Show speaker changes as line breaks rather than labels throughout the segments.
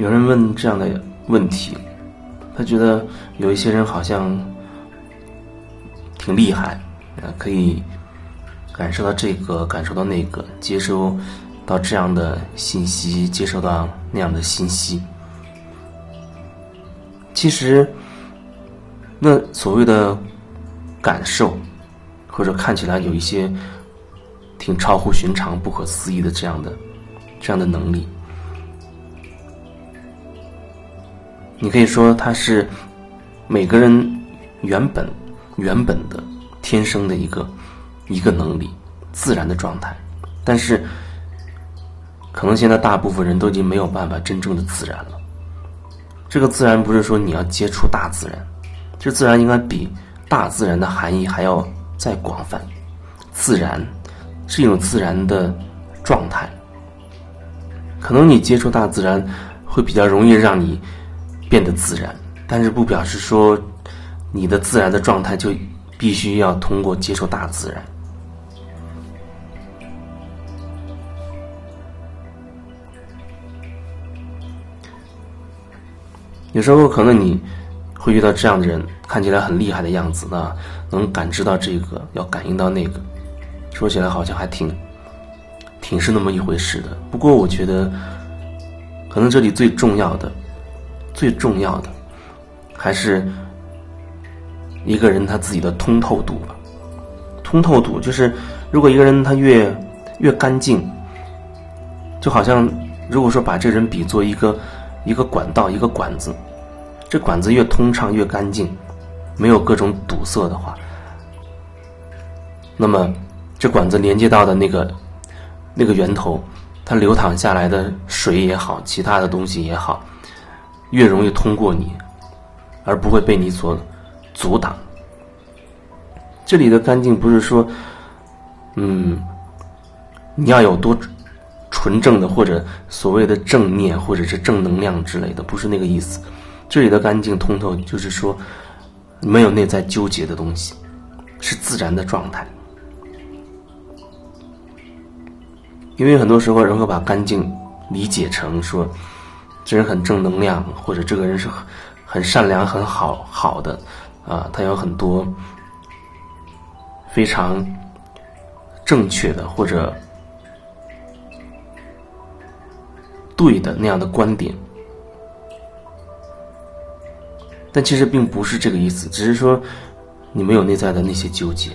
有人问这样的问题，他觉得有一些人好像挺厉害，可以感受到这个，感受到那个，接收到这样的信息，接收到那样的信息。其实那所谓的感受，或者看起来有一些挺超乎寻常、不可思议的这样的能力，你可以说它是每个人原本的天生的一个能力，自然的状态。但是可能现在大部分人都已经没有办法真正的自然了。这个自然不是说你要接触大自然，这自然应该比大自然的含义还要再广泛。自然是一种自然的状态，可能你接触大自然会比较容易让你变得自然，但是不表示说你的自然的状态就必须要通过接触大自然。有时候可能你会遇到这样的人，看起来很厉害的样子呢，能感知到这个，要感应到那个，说起来好像还挺是那么一回事的。不过我觉得可能这里最重要的还是一个人他自己的通透度吧。通透度就是如果一个人他越干净，就好像如果说把这个人比作一个管道，一个管子，这管子越通畅越干净，没有各种堵塞的话，那么这管子连接到的那个源头，它流淌下来的水也好，其他的东西也好，越容易通过你，而不会被你所阻挡。这里的干净不是说你要有多纯正的或者所谓的正念或者是正能量之类的，不是那个意思。这里的干净通透就是说没有内在纠结的东西，是自然的状态。因为很多时候人会把干净理解成说这人很正能量，或者这个人是很善良很好的他有很多非常正确的或者对的那样的观点。但其实并不是这个意思，只是说你没有内在的那些纠结。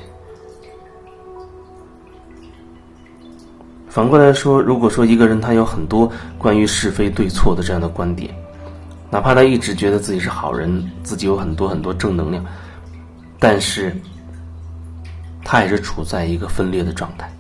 反过来说，如果说一个人他有很多关于是非对错的这样的观点，哪怕他一直觉得自己是好人，自己有很多正能量，但是他也是处在一个分裂的状态。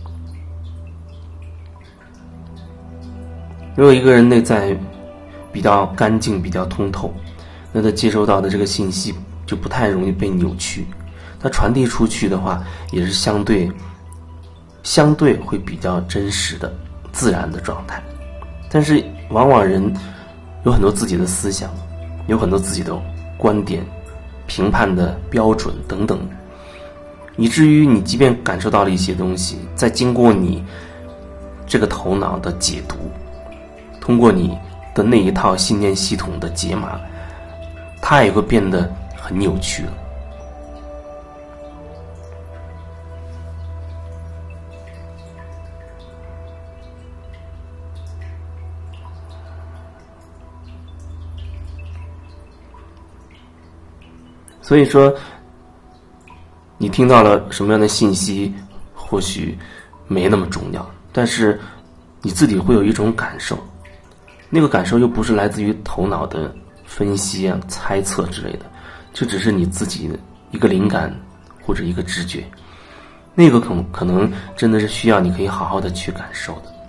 如果一个人内在比较干净比较通透，那他接收到的这个信息就不太容易被扭曲，他传递出去的话也是相对会比较真实的自然的状态。但是往往人有很多自己的思想，有很多自己的观点、评判的标准等等，以至于你即便感受到了一些东西，再经过你这个头脑的解读，通过你的那一套信念系统的解码，它也会变得很扭曲了。所以说你听到了什么样的信息或许没那么重要，但是你自己会有一种感受，那个感受又不是来自于头脑的分析猜测之类的，就只是你自己的一个灵感或者一个直觉，那个可能真的是需要你可以好好的去感受的。